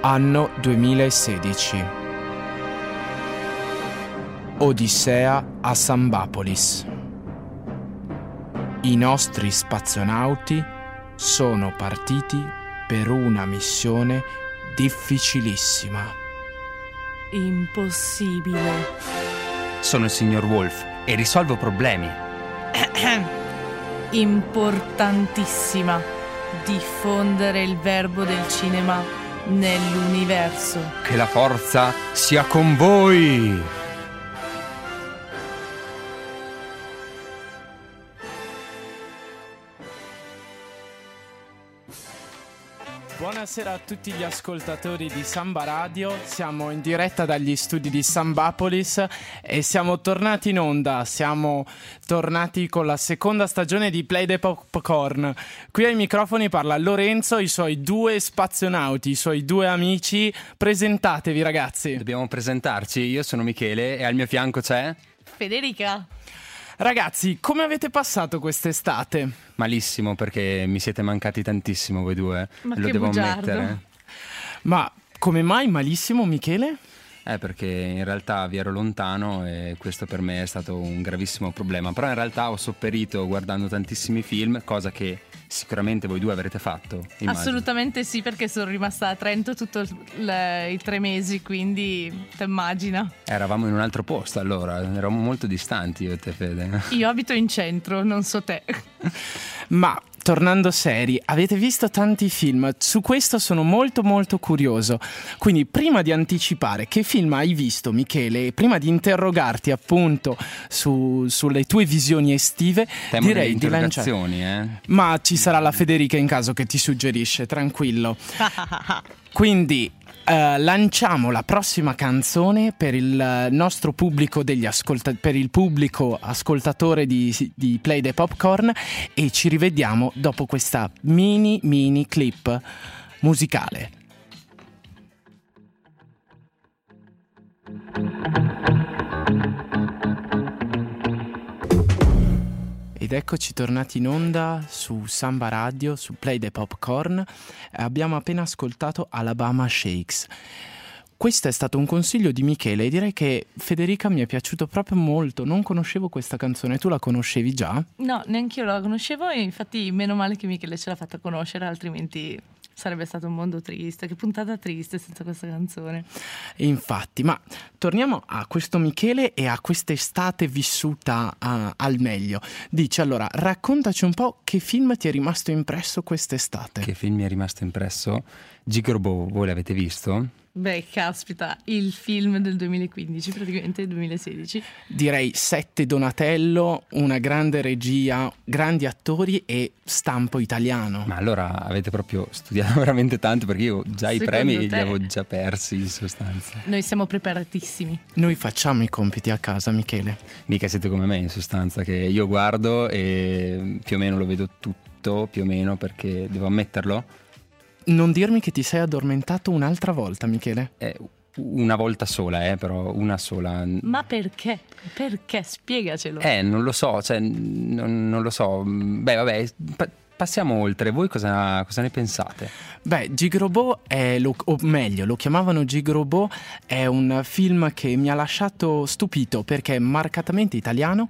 Anno 2016. Odissea a Sambapolis. I nostri spazionauti sono partiti per una missione difficilissima. Impossibile. Sono il signor Wolf e risolvo problemi. Importantissima. Diffondere il verbo del cinema nell'universo. Che la forza sia con voi! Buonasera a tutti gli ascoltatori di Samba Radio, siamo in diretta dagli studi di Sambapolis e siamo tornati in onda, siamo tornati con la seconda stagione di Play the Popcorn. Qui ai microfoni parla Lorenzo, i suoi due spazionauti, i suoi due amici. Presentatevi, ragazzi. Dobbiamo presentarci, io sono Michele e al mio fianco c'è... Federica. Ragazzi, come avete passato quest'estate? Malissimo, perché mi siete mancati tantissimo voi due. Ma Lo che devo bugiardo. ammettere. Ma come mai malissimo, Michele? Perché in realtà vi ero lontano e questo per me è stato un gravissimo problema. Però in realtà ho sopperito guardando tantissimi film, cosa che sicuramente voi due avrete fatto, immagino. Assolutamente sì, perché sono rimasta a Trento tutto i 3 mesi, quindi te immagina. Eravamo in un altro posto allora, eravamo molto distanti io e te, Fede. Io abito in centro, non so te. Ma tornando seri, avete visto tanti film, su questo sono molto molto curioso. Quindi prima di anticipare che film hai visto, Michele, e prima di interrogarti appunto sulle tue visioni estive, Temo direi delle di lanciare. interrogazioni, Ma ci sarà la Federica in caso che ti suggerisce, tranquillo. Quindi lanciamo la prossima canzone per il nostro pubblico per il pubblico ascoltatore di Play the Popcorn e ci rivediamo dopo questa mini clip musicale. Ed eccoci tornati in onda su Samba Radio, su Play the Popcorn. Abbiamo appena ascoltato Alabama Shakes. Questo è stato un consiglio di Michele e direi che Federica mi è piaciuto proprio molto. Non conoscevo questa canzone, tu la conoscevi già? No, neanche io la conoscevo e infatti meno male che Michele ce l'ha fatta conoscere, altrimenti sarebbe stato un mondo triste. Che puntata triste senza questa canzone. Infatti, ma torniamo a questo Michele e a quest'estate vissuta al meglio. Dici allora, raccontaci un po' che film ti è rimasto impresso quest'estate. Che film mi è rimasto impresso? Gigolo, voi l'avete visto? Beh, caspita, il film del 2015, praticamente 2016. Direi 7 Donatello, una grande regia, grandi attori e stampo italiano. Ma allora avete proprio studiato veramente tanto, perché io già i Secondo premi te? li avevo già persi in sostanza. Noi siamo preparatissimi. Noi facciamo i compiti a casa, Michele. Mica siete come me in sostanza, che io guardo e più o meno lo vedo tutto, più o meno, perché devo ammetterlo. Non dirmi che ti sei addormentato un'altra volta, Michele. Una volta sola, però una sola. Ma perché? Perché? Spiegacelo. Non lo so, cioè non lo so. Beh, vabbè, passiamo oltre. Voi cosa ne pensate? Beh, Gigrobot o meglio, lo chiamavano Gigrobot, è un film che mi ha lasciato stupito perché è marcatamente italiano,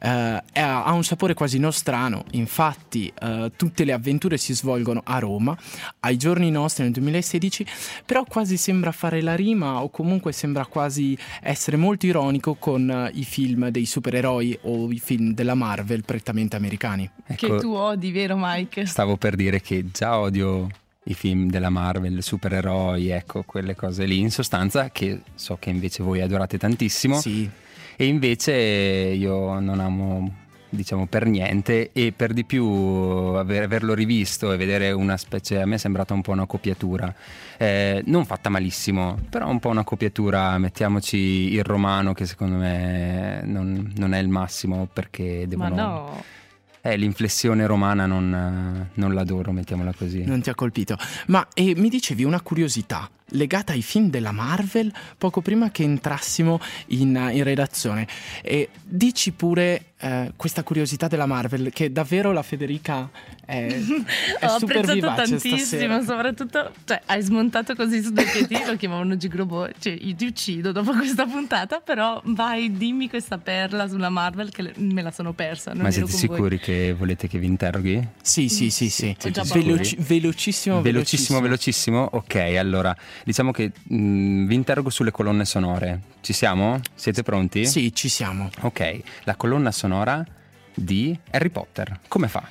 ha un sapore quasi nostrano, infatti tutte le avventure si svolgono a Roma, ai giorni nostri nel 2016, però quasi sembra fare la rima o comunque sembra quasi essere molto ironico con i film dei supereroi o i film della Marvel prettamente americani. Ecco, Che tu odi, vero Mike? stavo per dire che già odio i film della Marvel, supereroi, ecco, quelle cose lì, in sostanza, che so che invece voi adorate tantissimo. Sì. E invece io non amo, diciamo, per niente, e per di più averlo rivisto e vedere una specie, a me è sembrata un po' una copiatura, non fatta malissimo, però un po' una copiatura. Mettiamoci il romano, che secondo me non è il massimo, perché devono... Ma no. L'inflessione romana non l'adoro, mettiamola così. Non ti ha colpito. Ma mi dicevi una curiosità. legata ai film della Marvel poco prima che entrassimo in redazione. E dici pure questa curiosità della Marvel, che davvero la Federica è Ho super apprezzato vivace tantissimo, stasera. soprattutto, cioè, hai smontato così su due piedi, lo chiamavano Gigrobo, cioè io ti uccido dopo questa puntata, però vai, dimmi questa perla sulla Marvel che me la sono persa. Non Ma ero siete con voi. sicuri che volete che vi interroghi? Sì. Ho già paura. Velocissimo. Ok, allora diciamo che vi interrogo sulle colonne sonore. Ci siamo? Siete pronti? Sì, ci siamo. Ok, la colonna sonora di Harry Potter, come fa?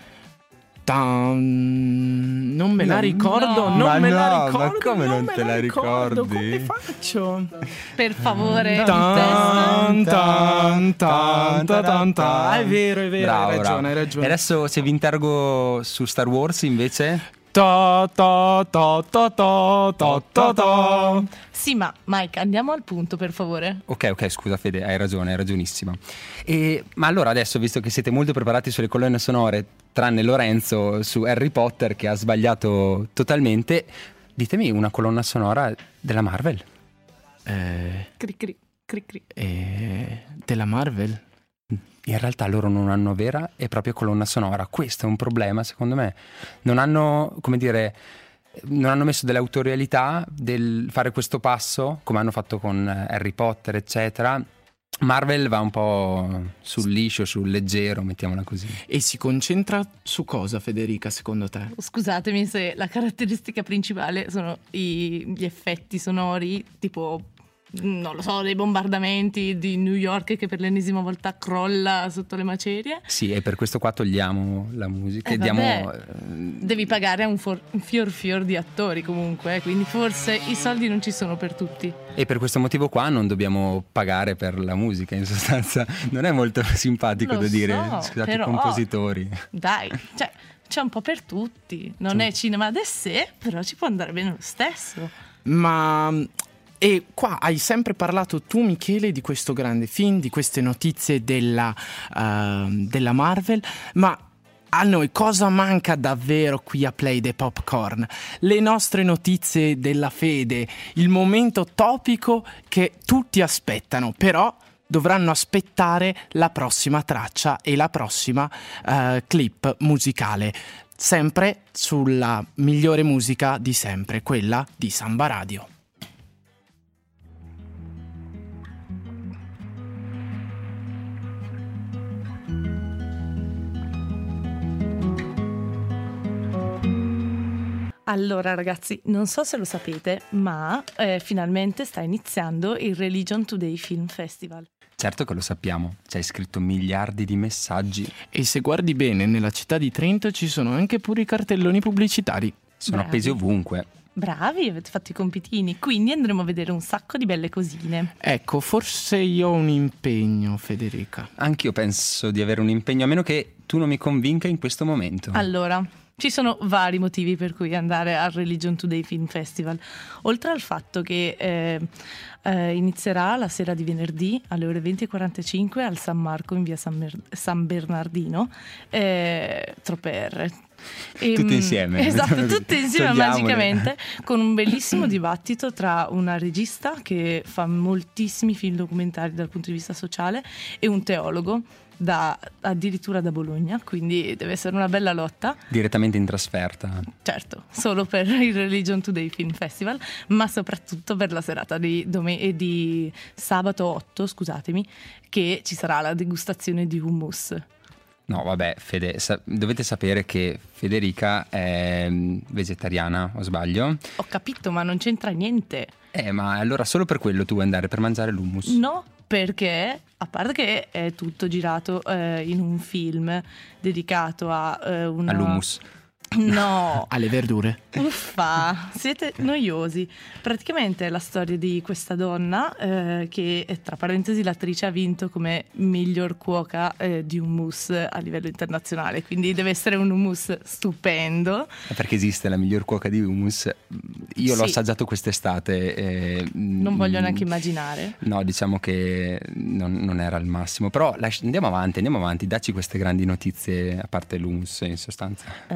Non me la ricordo, no. non me la Ma ricordo. come non me te la ricordo, ricordi? Come faccio? Per favore, il test. È vero, Bravo, hai bravo. ragione. E adesso se vi interrogo su Star Wars invece? Sì, ma Mike, andiamo al punto, per favore. Ok, scusa Fede, hai ragionissima. Ma allora adesso, visto che siete molto preparati sulle colonne sonore, tranne Lorenzo su Harry Potter che ha sbagliato totalmente, ditemi una colonna sonora della Marvel. Cri cri, cri cri. Della Marvel? In realtà loro non hanno vera e propria colonna sonora. Questo è un problema, secondo me. Non hanno, come dire, non hanno messo dell'autorialità del fare questo passo, come hanno fatto con Harry Potter, eccetera. Marvel va un po' sul liscio, sul leggero, mettiamola così. E si concentra su cosa, Federica, secondo te? Scusatemi se la caratteristica principale sono gli effetti sonori, tipo, non lo so, dei bombardamenti di New York che per l'ennesima volta crolla sotto le macerie. Sì, e per questo qua togliamo la musica e Vabbè, devi pagare a un fior di attori comunque, quindi forse i soldi non ci sono per tutti. E per questo motivo qua non dobbiamo pagare per la musica, in sostanza. Non è molto simpatico Lo da dire, so, scusate, però, i compositori. Dai, cioè, c'è un po' per tutti. Non è cinema de sé, però ci può andare bene lo stesso. E qua hai sempre parlato tu, Michele, di questo grande film, di queste notizie della Marvel, ma a noi cosa manca davvero qui a Play the Popcorn? Le nostre notizie della fede, il momento topico che tutti aspettano, però dovranno aspettare la prossima traccia e la prossima clip musicale, sempre sulla migliore musica di sempre, quella di Samba Radio. Allora ragazzi, non so se lo sapete, ma finalmente sta iniziando il Religion Today Film Festival. Certo che lo sappiamo, ci hai scritto miliardi di messaggi. E se guardi bene, nella città di Trento ci sono anche pure i cartelloni pubblicitari. Sono Bravi. appesi ovunque. Bravi, avete fatto i compitini, quindi andremo a vedere un sacco di belle cosine. Ecco, forse io ho un impegno, Federica. Anch'io penso di avere un impegno, a meno che tu non mi convinca in questo momento. Allora, ci sono vari motivi per cui andare al Religion Today Film Festival. Oltre al fatto che inizierà la sera di venerdì alle ore 20:45 al San Marco in via San Bernardino, troppe R. Tutte insieme. Esatto, tutte insieme Togliamole. magicamente, con un bellissimo dibattito tra una regista che fa moltissimi film documentari dal punto di vista sociale e un teologo addirittura da Bologna, quindi deve essere una bella lotta. Direttamente in trasferta. Certo, solo per il Religion Today Film Festival, ma soprattutto per la serata di sabato 8, scusatemi, che ci sarà la degustazione di hummus. No, vabbè, Fede, dovete sapere che Federica è vegetariana, o sbaglio? Ho capito, ma non c'entra niente. Ma allora solo per quello tu vuoi andare per mangiare l'hummus? No, perché a parte che è tutto girato in un film dedicato a all'hummus. No, Alle verdure. uffa, siete noiosi. Praticamente è la storia di questa donna che, tra parentesi, l'attrice ha vinto come miglior cuoca di hummus a livello internazionale, quindi deve essere un hummus stupendo. Perché esiste la miglior cuoca di hummus. Io l'ho Sì. assaggiato quest'estate. Non voglio neanche immaginare. No, diciamo che non era il massimo. Però andiamo avanti, dacci queste grandi notizie, a parte l'hummus in sostanza. No, vabbè,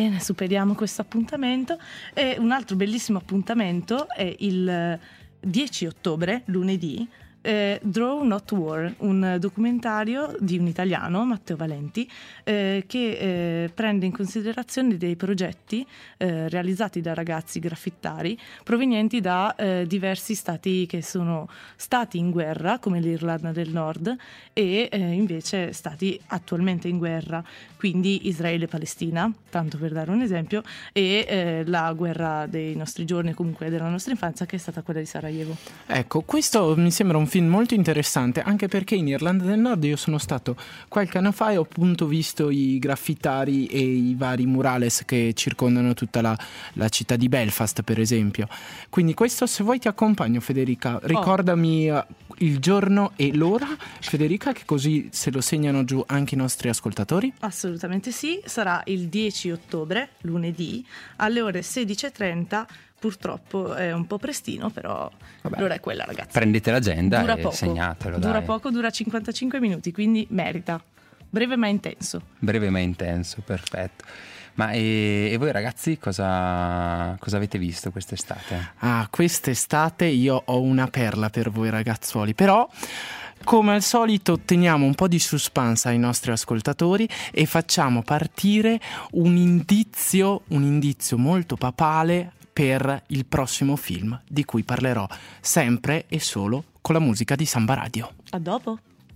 Bene, superiamo questo appuntamento. E un altro bellissimo appuntamento è il 10 ottobre, lunedì, Draw Not War, un documentario di un italiano, Matteo Valenti, che prende in considerazione dei progetti realizzati da ragazzi graffittari provenienti da diversi stati che sono stati in guerra, come l'Irlanda del Nord, e invece stati attualmente in guerra, quindi Israele e Palestina, tanto per dare un esempio, e la guerra dei nostri giorni, comunque della nostra infanzia, che è stata quella di Sarajevo. Ecco, questo mi sembra un film molto interessante, anche perché in Irlanda del Nord io sono stato qualche anno fa e ho appunto visto i graffitari e i vari murales che circondano tutta la città di Belfast, per esempio. Quindi questo, se vuoi ti accompagno, Federica, ricordami il giorno e l'ora, Federica, che così se lo segnano giù anche i nostri ascoltatori. Assolutamente sì, sarà il 10 ottobre, lunedì, alle ore 16:30. Purtroppo è un po' prestino, però l'ora è quella, ragazzi. Prendete l'agenda dura e poco. segnatelo. Dura dai. poco, dura 55 minuti, quindi merita. Breve ma intenso. Breve ma intenso, perfetto. Ma e voi ragazzi cosa avete visto quest'estate? Quest'estate io ho una perla per voi ragazzuoli, però come al solito teniamo un po' di suspense ai nostri ascoltatori e facciamo partire un indizio molto papale per il prossimo film di cui parlerò sempre e solo con la musica di Samba Radio. A dopo.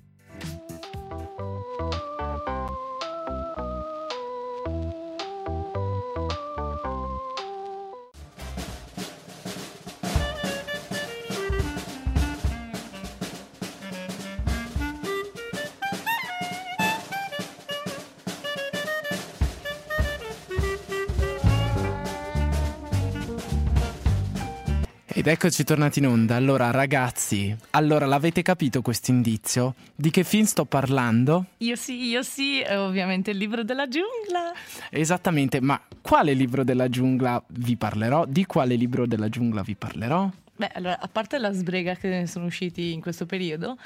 Ed eccoci tornati in onda. Allora ragazzi, l'avete capito questo indizio? Di che film sto parlando? Io sì, è ovviamente il libro della giungla. Esattamente, ma quale libro della giungla vi parlerò? Di quale libro della giungla vi parlerò? Beh, allora, a parte la sbrega che ne sono usciti in questo periodo,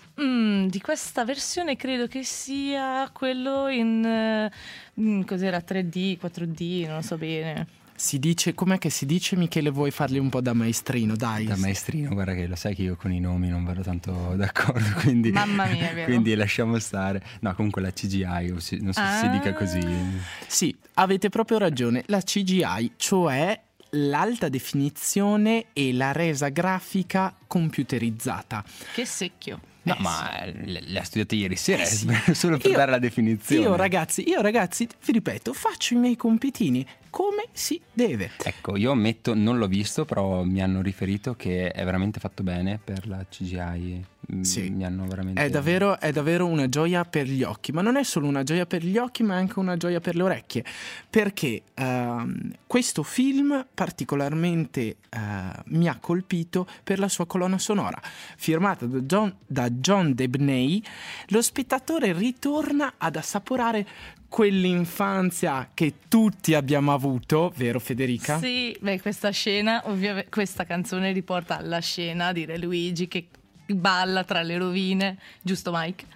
di questa versione credo che sia quello in cos'era, 3D, 4D, non lo so bene. Si dice, com'è che si dice, Michele? Vuoi farli un po' da maestrino, dai? Da maestrino, guarda che lo sai che io con i nomi non vado tanto d'accordo, quindi Mamma mia, vero? quindi lasciamo stare. No, comunque la CGI, non so se si dica così. Sì, avete proprio ragione, la CGI, cioè l'alta definizione e la resa grafica computerizzata. Che secchio. No, ma l'ha studiata ieri sera, sì. solo per dare la definizione. Io ragazzi, vi ripeto, faccio i miei compitini come si deve. Ecco, io ammetto, non l'ho visto, però mi hanno riferito che è veramente fatto bene per la CGI. Sì, mi hanno veramente... è davvero una gioia per gli occhi, ma non è solo una gioia per gli occhi, ma è anche una gioia per le orecchie, perché questo film particolarmente mi ha colpito per la sua colonna sonora, firmata da John Debney. Lo spettatore ritorna ad assaporare quell'infanzia che tutti abbiamo avuto, vero Federica? Sì, beh, questa scena, questa canzone riporta alla scena di Re Luigi che balla tra le rovine, giusto Mike?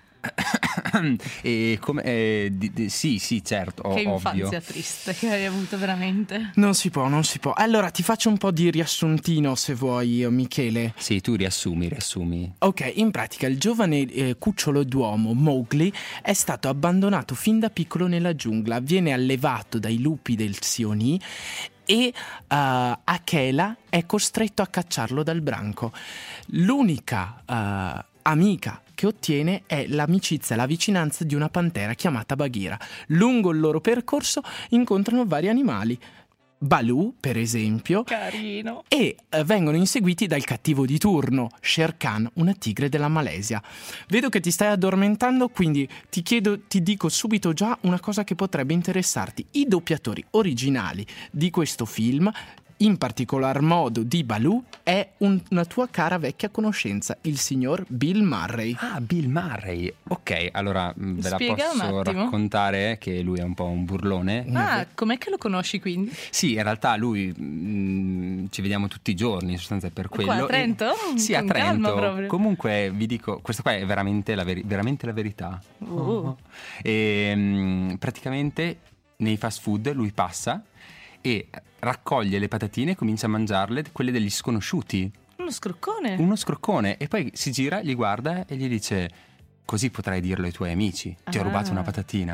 E come sì, certo, che ovvio. infanzia triste che hai avuto veramente. Non si può. Allora ti faccio un po' di riassuntino se vuoi, Michele. Sì, tu riassumi. Ok, in pratica il giovane cucciolo d'uomo Mowgli è stato abbandonato fin da piccolo nella giungla, viene allevato dai lupi del Sioni e Akela è costretto a cacciarlo dal branco. L'unica amica che ottiene è l'amicizia e la vicinanza di una pantera chiamata Bagheera. Lungo il loro percorso incontrano vari animali, Baloo per esempio, Carino, e vengono inseguiti dal cattivo di turno, Shere Khan, una tigre della Malesia. Vedo che ti stai addormentando, quindi ti dico subito già una cosa che potrebbe interessarti. I doppiatori originali di questo film, in particolar modo di Baloo, è una tua cara vecchia conoscenza, il signor Bill Murray. Ah, Bill Murray. Ok, allora ve la Spiega un posso attimo. raccontare che lui è un po' un burlone. Ah, com'è che lo conosci quindi? Sì, in realtà lui ci vediamo tutti i giorni, in sostanza per quello. Qua a Trento? Sì, a Con calma Trento. proprio. Comunque vi dico, questa qua è veramente la verità. Oh. E praticamente nei fast food lui passa e raccoglie le patatine e comincia a mangiarle, quelle degli sconosciuti. Uno scroccone. E poi si gira, li guarda e gli dice: così potrai dirlo ai tuoi amici, ti ho rubato una patatina.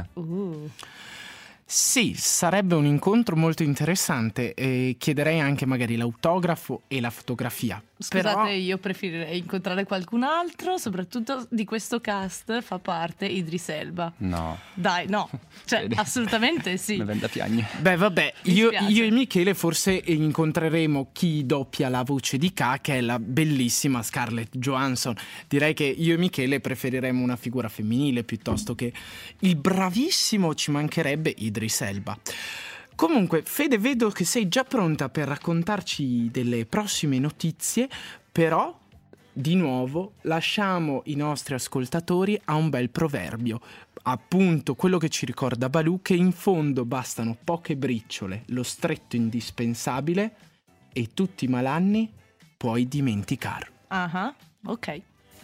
Sì, sarebbe un incontro molto interessante e chiederei anche magari l'autografo e la fotografia. Scusate, Però... io preferirei incontrare qualcun altro, soprattutto di questo cast fa parte Idris Elba. No. Dai, no, cioè assolutamente sì. Mi viene da piangere. Beh, vabbè, io e Michele forse incontreremo chi doppia la voce di K, che è la bellissima Scarlett Johansson. Direi che io e Michele preferiremo una figura femminile piuttosto che il bravissimo, ci mancherebbe, Idris Elba. Comunque, Fede, vedo che sei già pronta per raccontarci delle prossime notizie, però di nuovo lasciamo i nostri ascoltatori a un bel proverbio, appunto quello che ci ricorda Balù, che in fondo bastano poche briciole, lo stretto indispensabile e tutti i malanni puoi dimenticare. Ah, ok.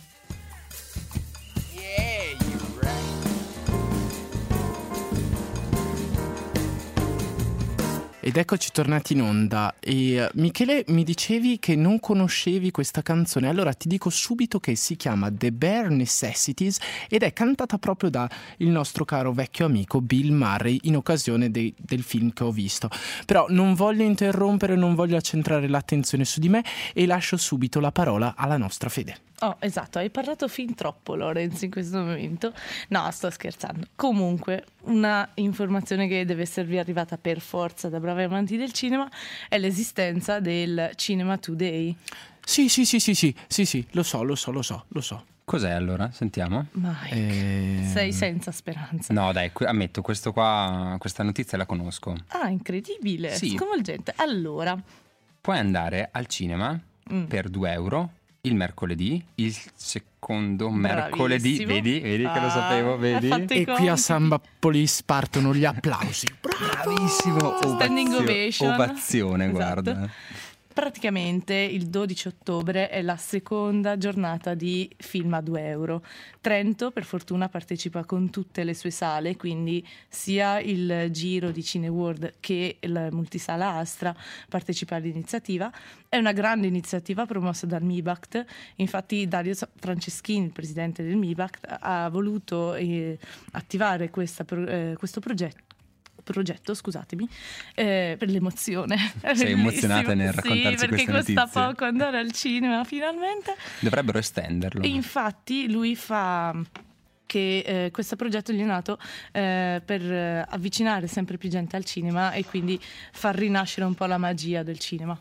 Ed eccoci tornati in onda. E Michele, mi dicevi che non conoscevi questa canzone, allora ti dico subito che si chiama The Bare Necessities ed è cantata proprio da il nostro caro vecchio amico Bill Murray in occasione del film che ho visto. Però non voglio interrompere, non voglio accentrare l'attenzione su di me e lascio subito la parola alla nostra Fede. Oh, esatto, hai parlato fin troppo, Lorenz, in questo momento. No, sto scherzando. Comunque, una informazione che deve esservi arrivata per forza da bravi amanti del cinema è l'esistenza del Cinema Today. Sì, lo so. Cos'è allora? Sentiamo. Mike, sei senza speranza. No, dai, ammetto, questa notizia la conosco. Ah, incredibile, sì. Sconvolgente. Allora, puoi andare al cinema per 2 euro il mercoledì, il secondo mercoledì. Vedi che lo sapevo, vedi? E qui a Samba Police partono gli applausi. Bravissimo. Standing ovation. Ovazione, esatto. Guarda. Praticamente il 12 ottobre è la seconda giornata di film a 2 euro. Trento per fortuna partecipa con tutte le sue sale, quindi sia il giro di Cineworld che la multisala Astra partecipa all'iniziativa. È una grande iniziativa promossa dal MIBACT, infatti Dario Franceschini, il presidente del MIBACT, ha voluto attivare questo progetto, scusatemi, per l'emozione. Sei emozionata nel raccontarci sì, queste notizie? perché costa poco andare al cinema finalmente. Dovrebbero estenderlo. E infatti lui fa che questo progetto gli è nato per avvicinare sempre più gente al cinema e quindi far rinascere un po' la magia del cinema.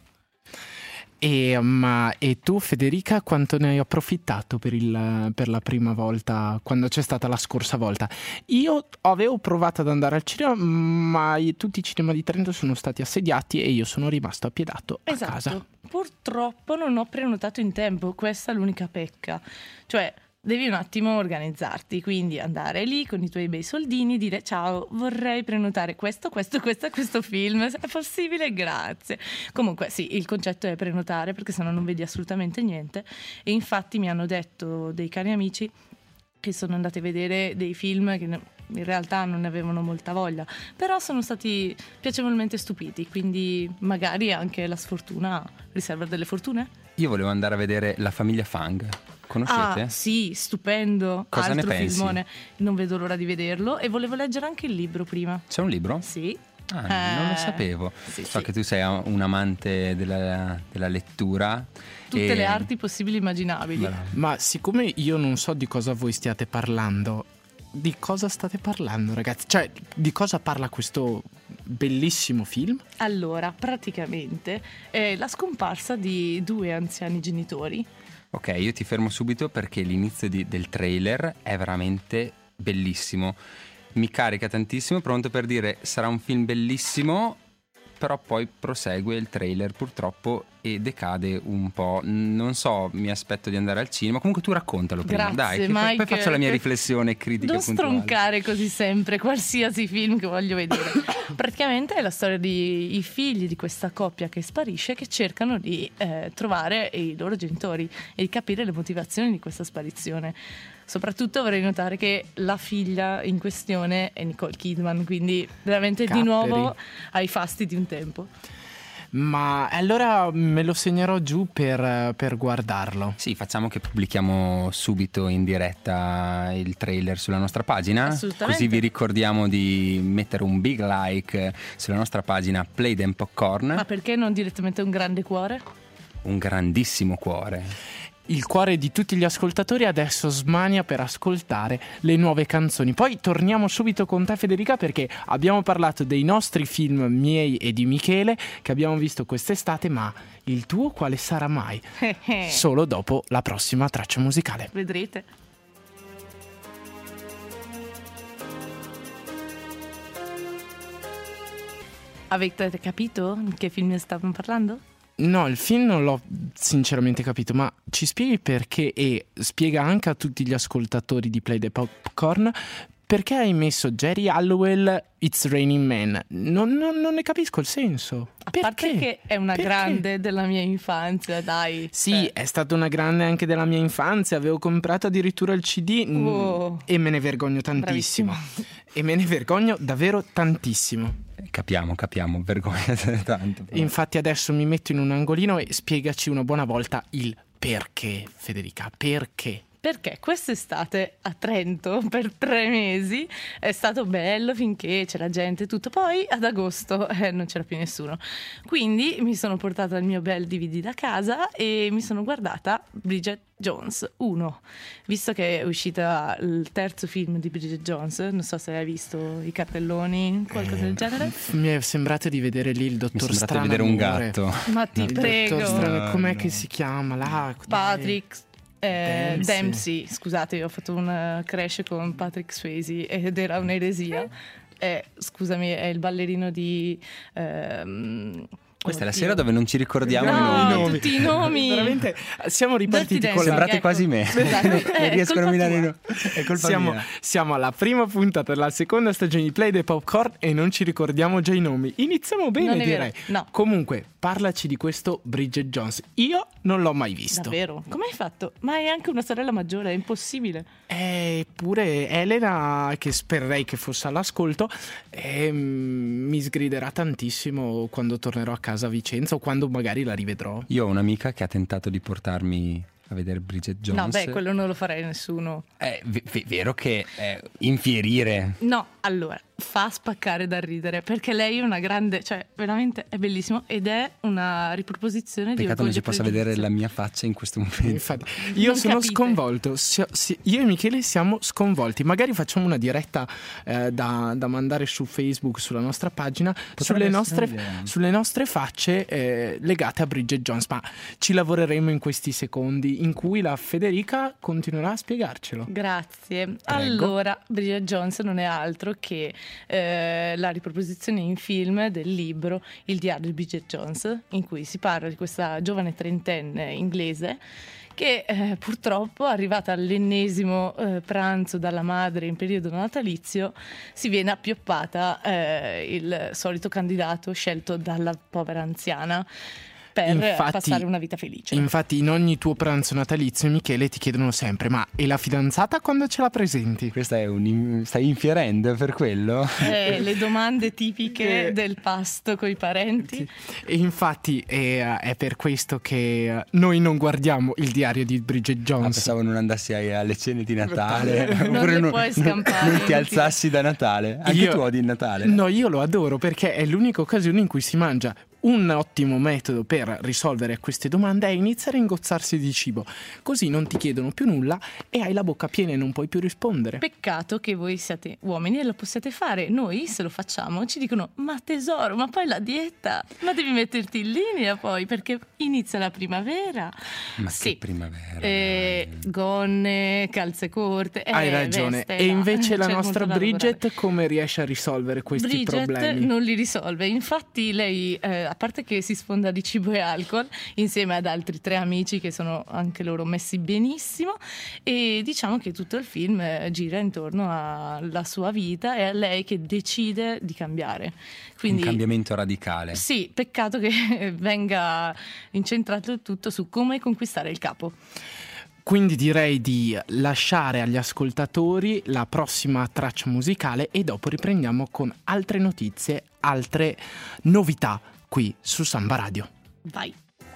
E tu, Federica, quanto ne hai approfittato per la prima volta, quando c'è stata la scorsa volta? Io avevo provato ad andare al cinema, ma tutti i cinema di Trento sono stati assediati e io sono rimasto appiedato a casa. Purtroppo non ho prenotato in tempo, questa è l'unica pecca. Cioè, devi un attimo organizzarti, quindi andare lì con i tuoi bei soldini, dire ciao, vorrei prenotare questo film, se è possibile, grazie. Comunque sì, il concetto è prenotare perché sennò non vedi assolutamente niente e infatti mi hanno detto dei cari amici che sono andati a vedere dei film che in realtà non ne avevano molta voglia, però sono stati piacevolmente stupiti, quindi magari anche la sfortuna riserva delle fortune. Io volevo andare a vedere La famiglia Fang. Conoscete? Ah, sì, stupendo. Cosa altro ne pensi? filmone. Non vedo l'ora di vederlo e volevo leggere anche il libro prima. C'è un libro? Sì. Non lo sapevo. Sì. Che tu sei un amante della lettura. Tutte le arti possibili e immaginabili. Bravo. Ma siccome io non so di cosa voi stiate parlando, di cosa state parlando, ragazzi? Cioè, di cosa parla questo bellissimo film? Allora, praticamente è la scomparsa di 2 anziani genitori. Ok, io ti fermo subito perché l'inizio del trailer è veramente bellissimo. Mi carica tantissimo, pronto per dire sarà un film bellissimo, però poi prosegue il trailer purtroppo e decade un po'. Non so, mi aspetto di andare al cinema. Comunque tu raccontalo prima. Grazie, dai, Mike. poi faccio la mia riflessione critica. Non puntuale. stroncare così sempre qualsiasi film che voglio vedere. Praticamente è la storia di i figli di questa coppia che sparisce, che cercano di trovare i loro genitori e di capire le motivazioni di questa sparizione. Soprattutto vorrei notare che la figlia in questione è Nicole Kidman, quindi veramente Capperi. di nuovo ai fasti di un tempo. Ma allora me lo segnerò giù per guardarlo. Sì, facciamo che pubblichiamo subito in diretta il trailer sulla nostra pagina. Assolutamente. Così vi ricordiamo di mettere un big like sulla nostra pagina Play Them Popcorn. Ma perché non direttamente un grande cuore? Un grandissimo cuore. Il cuore di tutti gli ascoltatori adesso smania per ascoltare le nuove canzoni. Poi torniamo subito con te, Federica, perché abbiamo parlato dei nostri film, miei e di Michele, che abbiamo visto quest'estate, ma il tuo quale sarà mai? Solo dopo la prossima traccia musicale. Vedrete. Avete capito che film stavamo parlando? No, il film non l'ho sinceramente capito, ma ci spieghi perché, e spiega anche a tutti gli ascoltatori di Play the Popcorn perché hai messo Jerry Halliwell It's Raining Men. Non ne capisco il senso. A Perché? parte che è una Perché? grande della mia infanzia, dai. Sì, è stata una grande anche della mia infanzia. Avevo comprato addirittura il CD e me ne vergogno tantissimo. Bravissimo. E me ne vergogno davvero tantissimo. Capiamo, vergognate tanto. Però. Infatti adesso mi metto in un angolino e spiegaci una buona volta il perché, Federica, perché? Perché quest'estate a Trento per 3 mesi è stato bello finché c'era gente e tutto, poi ad agosto non c'era più nessuno. Quindi mi sono portata il mio bel DVD da casa e mi sono guardata Bridget Jones 1, visto che è uscita il terzo film di Bridget Jones. Non so se hai visto i cartelloni, qualcosa del genere. Mi è sembrato di vedere lì il dottor Mi è sembrato Strano. di vedere un gatto. Ma ti Il prego. dottor Strano, com'è No. che si chiama? Là, Patrick Dempsey. Dempsey, scusate, io ho fatto un crash con Patrick Swayze ed era un'eresia. Scusami, è il ballerino di Questa è la oddio. sera dove non ci ricordiamo No, i nomi. tutti i nomi. Veramente siamo ripartiti Dirty con la... Dancing. Sembrate quasi me. Scusate, Non riescono a colpa nominare i tua. nomi. È colpa mia. Siamo alla prima puntata della seconda stagione di Play the Popcorn e non ci ricordiamo già i nomi. Iniziamo bene, Non è direi. vero, no. Comunque, parlaci di questo Bridget Jones. Io non l'ho mai visto. Davvero? Come hai fatto? Ma hai anche una sorella maggiore, è impossibile. Eppure Elena, che spererei che fosse all'ascolto, mi sgriderà tantissimo quando tornerò a casa a Vicenza o quando magari la rivedrò. Io ho un'amica che ha tentato di portarmi a vedere Bridget Jones. No, beh, quello non lo farei nessuno. È vero che infierire. No, allora, fa spaccare da ridere, perché lei è una grande, cioè veramente è bellissimo ed è una riproposizione di Peccato non Orgoglio si e possa Pregiudizio. vedere la mia faccia in questo momento. Infatti, io Non sono capite. sconvolto. Io e Michele siamo sconvolti. Magari facciamo una diretta da mandare su Facebook, sulla nostra pagina, Potrebbe essere un'idea. sulle nostre facce legate a Bridget Jones. Ma ci lavoreremo in questi secondi in cui la Federica continuerà a spiegarcelo. Grazie. Allora, Bridget Jones non è altro che la riproposizione in film del libro Il diario di Bridget Jones, in cui si parla di questa giovane trentenne inglese che purtroppo, arrivata all'ennesimo pranzo dalla madre in periodo natalizio, si viene appioppata il solito candidato scelto dalla povera anziana per passare una vita felice. Infatti in ogni tuo pranzo natalizio, Michele, ti chiedono sempre: ma e la fidanzata quando ce la presenti? Questa è stai infierendo per quello? Le domande tipiche del pasto coi parenti. E infatti è per questo che noi non guardiamo il diario di Bridget Jones. Pensavo non andassi alle cene di Natale. Non Oppure le puoi scampare. non ti alzassi da Natale. Anche tu odi il Natale. No, io lo adoro perché è l'unica occasione in cui si mangia. Un ottimo metodo per risolvere queste domande è iniziare a ingozzarsi di cibo, così non ti chiedono più nulla e hai la bocca piena e non puoi più rispondere. Peccato che voi siate uomini e lo possiate fare. Noi, se lo facciamo, ci dicono: ma tesoro, ma poi la dieta, ma devi metterti in linea poi, perché inizia la primavera. Ma sì. che primavera. dai. Gonne, calze corte. Hai ragione. veste, E no. invece la C'è nostra molto da lavorare. Bridget come riesce a risolvere questi Bridget problemi? non li risolve. Infatti lei, a parte che si sfonda di cibo e alcol insieme ad altri 3 amici che sono anche loro messi benissimo, e diciamo che tutto il film gira intorno alla sua vita e a lei che decide di cambiare. Quindi, Un cambiamento radicale. sì, peccato che venga incentrato il tutto su come conquistare il capo. Quindi direi di lasciare agli ascoltatori la prossima traccia musicale e dopo riprendiamo con altre notizie, altre novità qui su Samba Radio. Vai.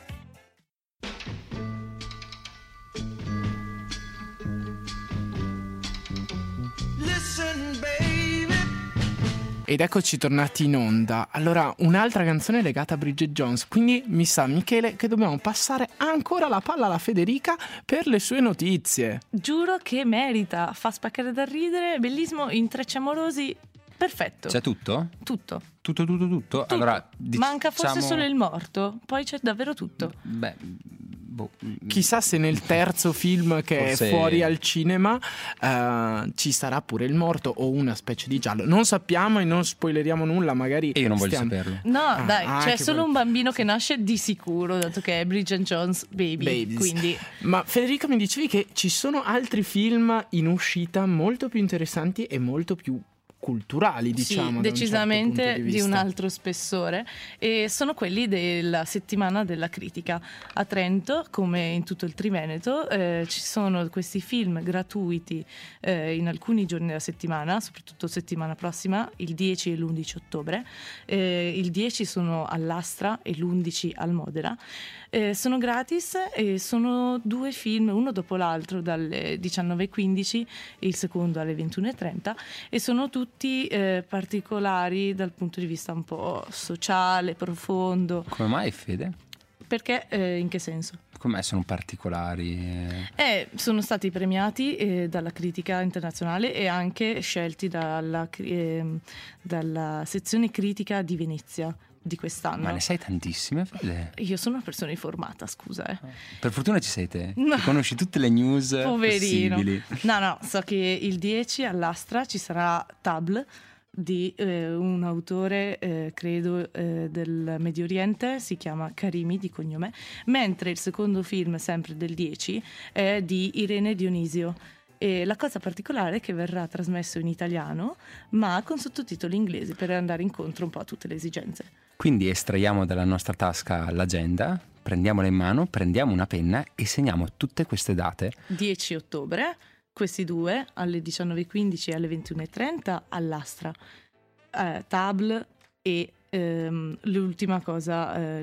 Ed eccoci tornati in onda. Allora, un'altra canzone legata a Bridget Jones. Quindi mi sa, Michele, che dobbiamo passare ancora la palla alla Federica per le sue notizie. Giuro che merita, fa spaccare da ridere, bellissimo, intrecci amorosi, perfetto. C'è tutto? Tutto. Tutto? Allora, manca forse solo il morto, poi c'è davvero tutto. Chissà se nel terzo film che forse... è fuori al cinema ci sarà pure il morto o una specie di giallo. Non sappiamo e non spoileriamo nulla, magari. E io non voglio saperlo. No, dai, c'è solo un bambino che nasce di sicuro, dato che è Bridget Jones Babies. Quindi... Ma Federica, mi dicevi che ci sono altri film in uscita molto più interessanti e molto più culturali, diciamo. Sì, decisamente di un altro spessore, e sono quelli della settimana della critica a Trento, come in tutto il Triveneto. Ci sono questi film gratuiti in alcuni giorni della settimana, soprattutto settimana prossima, il 10 e l'11 ottobre. Il 10 sono all'Astra e l'11 al Modena. Sono gratis e sono 2 film, uno dopo l'altro, dalle 19:15 e il secondo alle 21:30, e sono tutti particolari dal punto di vista un po' sociale, profondo. Come mai, Fede? Perché? In che senso? Come sono particolari? Sono stati premiati dalla critica internazionale e anche scelti dalla sezione critica di Venezia di quest'anno. Ma ne sai tantissime, Fede? Io sono una persona informata, scusa. Per fortuna ci sei te, no. Che conosci tutte le news Poverino. possibili. No, so che il 10 all'Astra ci sarà Tabl di un autore, credo, del Medio Oriente, si chiama Karimi di cognome, mentre il secondo film, sempre del 10, è di Irene Dionisio. E la cosa particolare è che verrà trasmesso in italiano, ma con sottotitoli inglesi, per andare incontro un po' a tutte le esigenze. Quindi estraiamo dalla nostra tasca l'agenda, prendiamola in mano, prendiamo una penna e segniamo tutte queste date. 10 ottobre, questi 2, alle 19:15 e alle 21:30 all'Astra. Tabl e le ultime cose,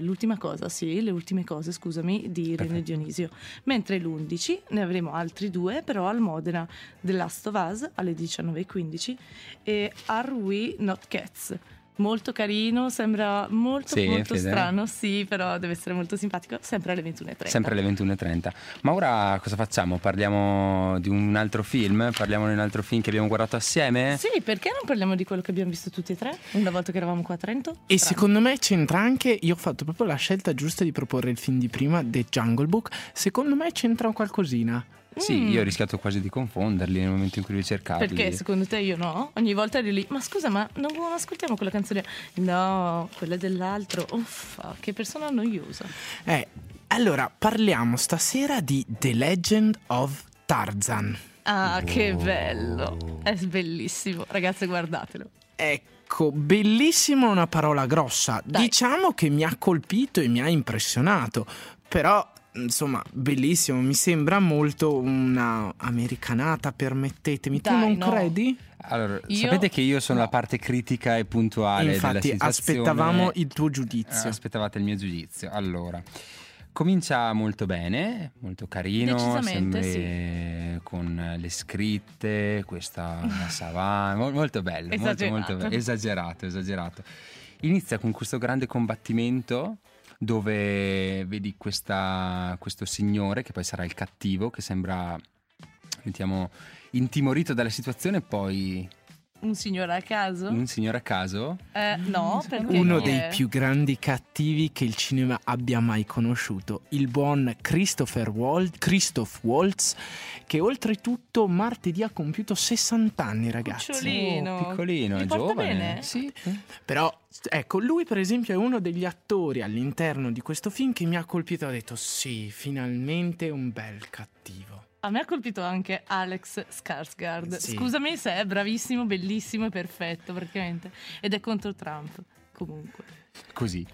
scusami, di Irene Dionisio. Mentre l'11 ne avremo altri 2, però al Modena, The Last of Us alle 19:15 e Are We Not Cats? Molto carino, sembra molto strano, sì, però deve essere molto simpatico, sempre alle 21:30. Sempre alle 21:30. Ma ora cosa facciamo? Parliamo di un altro film? Parliamo di un altro film che abbiamo guardato assieme? Sì, perché non parliamo di quello che abbiamo visto tutti e 3 una volta che eravamo qua a Trento? E secondo me c'entra anche, io ho fatto proprio la scelta giusta di proporre il film di prima, The Jungle Book, secondo me c'entra qualcosina. Sì, io ho rischiato quasi di confonderli nel momento in cui li cercavi. Perché secondo te io no? Ogni volta eri lì, ma scusa, ma non ascoltiamo quella canzone? No, quella dell'altro. Uffa, che persona noiosa. Allora, parliamo stasera di The Legend of Tarzan. Ah, che bello. È bellissimo. Ragazze, guardatelo. Ecco, bellissimo è una parola grossa. Dai. Diciamo che mi ha colpito e mi ha impressionato. Però, insomma, bellissimo. Mi sembra molto una americanata, permettetemi. Dai, tu non no. credi? Allora, sapete che io sono la parte critica e puntuale della Infatti, situazione. aspettavamo il tuo giudizio. Aspettavate il mio giudizio. Allora, comincia molto bene, molto carino, Decisamente, sì. Con le scritte, questa savana, molto bello, molto esagerato. Inizia con questo grande combattimento dove vedi questo signore che poi sarà il cattivo, che sembra, mettiamo, intimorito dalla situazione, poi Un signore a caso? No, perché uno dei più grandi cattivi che il cinema abbia mai conosciuto, il buon Christoph Waltz, che oltretutto martedì ha compiuto 60 anni, ragazzi. Cucciolino. Piccolino, Mi è porta giovane. bene? Sì. Però, ecco, lui per esempio è uno degli attori all'interno di questo film che mi ha colpito. Ho detto, sì, finalmente un bel cattivo. A me ha colpito anche Alex Skarsgård. Sì. Scusami se è bravissimo, bellissimo e perfetto praticamente. Ed è contro Trump, comunque. Così.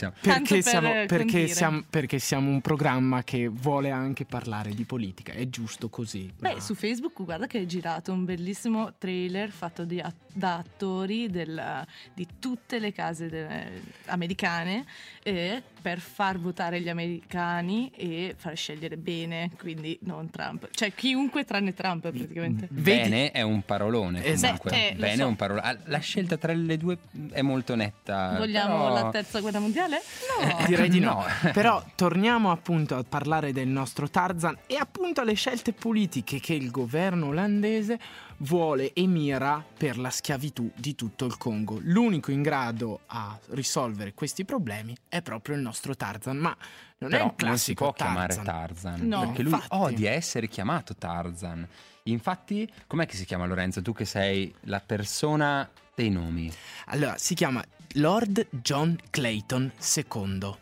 Perché siamo un programma che vuole anche parlare di politica, è giusto così. Beh, su Facebook guarda che è girato un bellissimo trailer fatto da attori di tutte le case americane per far votare gli americani e far scegliere bene, quindi non Trump, cioè chiunque tranne Trump praticamente. Bene è un parolone comunque. Bene so. È un parolone. La scelta tra le due è molto netta. Vogliamo la terza guerra mondiale? No. Direi di no. Però torniamo appunto a parlare del nostro Tarzan e appunto alle scelte politiche che il governo olandese vuole e mira per la schiavitù di tutto il Congo. L'unico in grado a risolvere questi problemi è proprio il nostro Tarzan, ma non Però è un classico non si può chiamare Tarzan, No, perché lui infatti. odia essere chiamato Tarzan. Infatti, com'è che si chiama, Lorenzo? Tu che sei la persona dei nomi. Allora, si chiama Lord John Clayton II.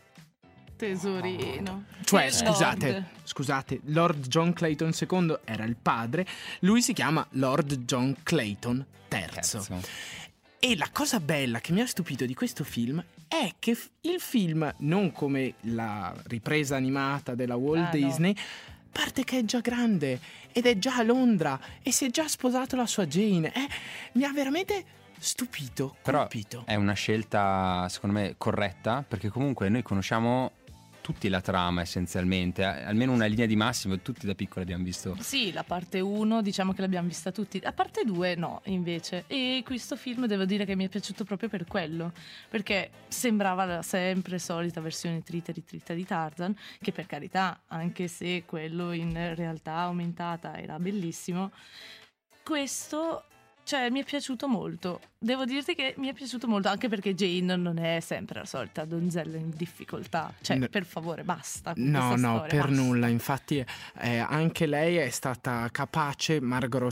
Tesorino. Cioè, Lord. scusate, Lord John Clayton II era il padre, lui si chiama Lord John Clayton III. Cazzo. E la cosa bella che mi ha stupito di questo film è che il film, non come la ripresa animata della Walt Disney, parte che è già grande ed è già a Londra e si è già sposato la sua Jane. Mi ha veramente stupito, colpito. Però è una scelta secondo me corretta, perché comunque noi conosciamo tutti la trama essenzialmente, almeno una linea di massimo, tutti da piccoli abbiamo visto. Sì, la parte 1 diciamo che l'abbiamo vista tutti, la parte 2 no invece, e questo film devo dire che mi è piaciuto proprio per quello, perché sembrava la sempre solita versione trita di Tarzan, che per carità, anche se quello in realtà aumentata era bellissimo, questo... Cioè, mi è piaciuto molto. Devo dirti che mi è piaciuto molto, anche perché Jane non è sempre la solita donzella in difficoltà. Cioè, per favore, basta con questa storia, per basta. nulla. Infatti, anche lei è stata capace,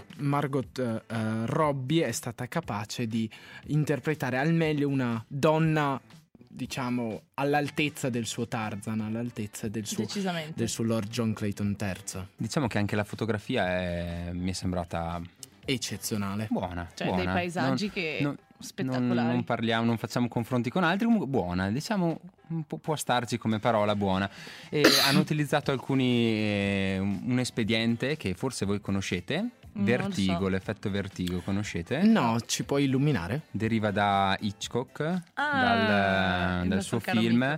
Margot Robbie è stata capace di interpretare al meglio una donna, diciamo, all'altezza del suo Tarzan, all'altezza del suo Lord John Clayton III. Diciamo che anche la fotografia mi è sembrata... eccezionale, buona, cioè buona. dei paesaggi spettacolari. Non facciamo confronti con altri, comunque buona, diciamo può starci come parola, buona. E hanno utilizzato un espediente che forse voi conoscete, Vertigo, l'effetto Vertigo, conoscete? No, ci puoi illuminare? Deriva da Hitchcock, dal suo film.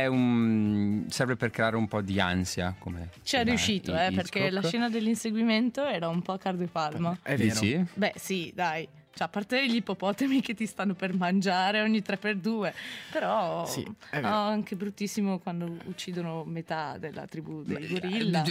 Serve per creare un po' di ansia, come ci è riuscito, perché la scena dell'inseguimento era un po' cardiopalma. È vero? Dici? Beh sì, dai. Cioè, a parte gli ippopotami che ti stanno per mangiare ogni 3x2, però sì, è vero. Anche bruttissimo quando uccidono metà della tribù dei gorilla.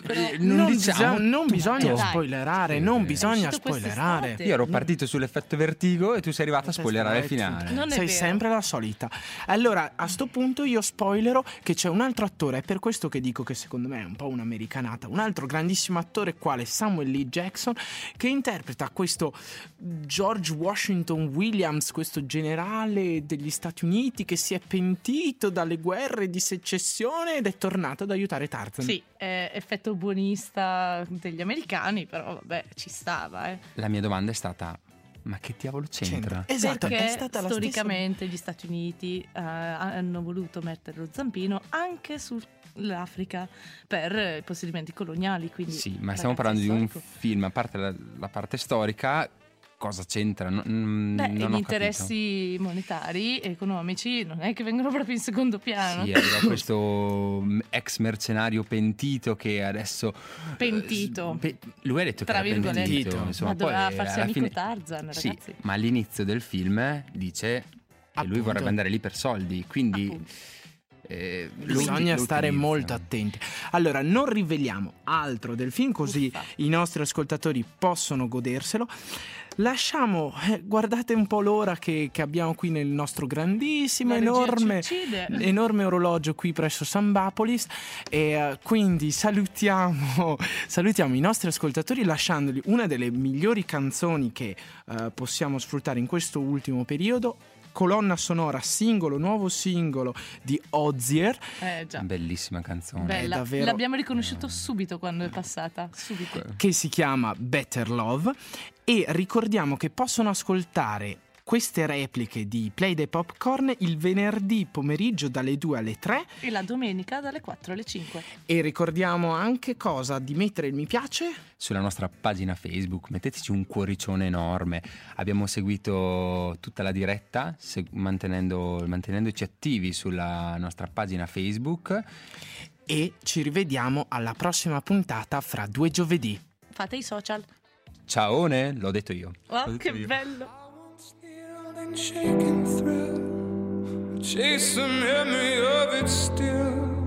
Non bisogna Dai. spoilerare, Sì, non sì. bisogna È uscito spoilerare. quest'estate. Io ero partito sull'effetto Vertigo e tu sei arrivata a spoilerare il finale. Non è Sei vero. sempre la solita. Allora, a sto punto io spoilerò che c'è un altro attore, è per questo che dico che secondo me è un po' un'americanata, un altro grandissimo attore quale Samuel L. Jackson, che interpreta questo George Washington Williams, questo generale degli Stati Uniti che si è pentito dalle guerre di secessione ed è tornato ad aiutare Tarzan. Sì, è effetto buonista degli americani, però vabbè, ci stava. La mia domanda è stata: ma che diavolo c'entra? Esatto, Perché è stata la storicamente gli Stati Uniti hanno voluto mettere lo zampino anche sull'Africa per i possedimenti coloniali. Quindi, Sì, ma stiamo parlando di un film, a parte la parte storica. Cosa c'entra? Non gli ho interessi monetari e economici non è che vengono proprio in secondo piano. Sì, arriva questo ex mercenario pentito che adesso... Pentito. Lui ha detto che Tra era virgolette. pentito. Ma Insomma, doveva poi farsi alla amico fine... Tarzan, ragazzi. Sì, ma all'inizio del film dice che lui Appunto. vorrebbe andare lì per soldi, quindi... Appunto. Bisogna stare molto attenti. Allora, non riveliamo altro del film, così i nostri ascoltatori possono goderselo. Lasciamo, guardate un po' l'ora che abbiamo qui nel nostro grandissimo, enorme orologio qui presso Sambapolis, e quindi salutiamo i nostri ascoltatori lasciandogli una delle migliori canzoni che possiamo sfruttare in questo ultimo periodo. Colonna sonora nuovo singolo di Hozier. Già. Bellissima canzone. Bella. davvero... L'abbiamo riconosciuto subito quando è passata. Subito. Che si chiama Better Love. E ricordiamo che possono ascoltare queste repliche di Play the Popcorn il venerdì pomeriggio dalle 2 alle 3 e la domenica dalle 4 alle 5. e ricordiamo anche cosa? Di mettere il mi piace sulla nostra pagina Facebook, metteteci un cuoricione enorme. Abbiamo seguito tutta la diretta mantenendoci attivi sulla nostra pagina Facebook e ci rivediamo alla prossima puntata fra 2 giovedì. Fate i social. Ciaone, l'ho detto io. Oh, che bello. Chase the memory of it still.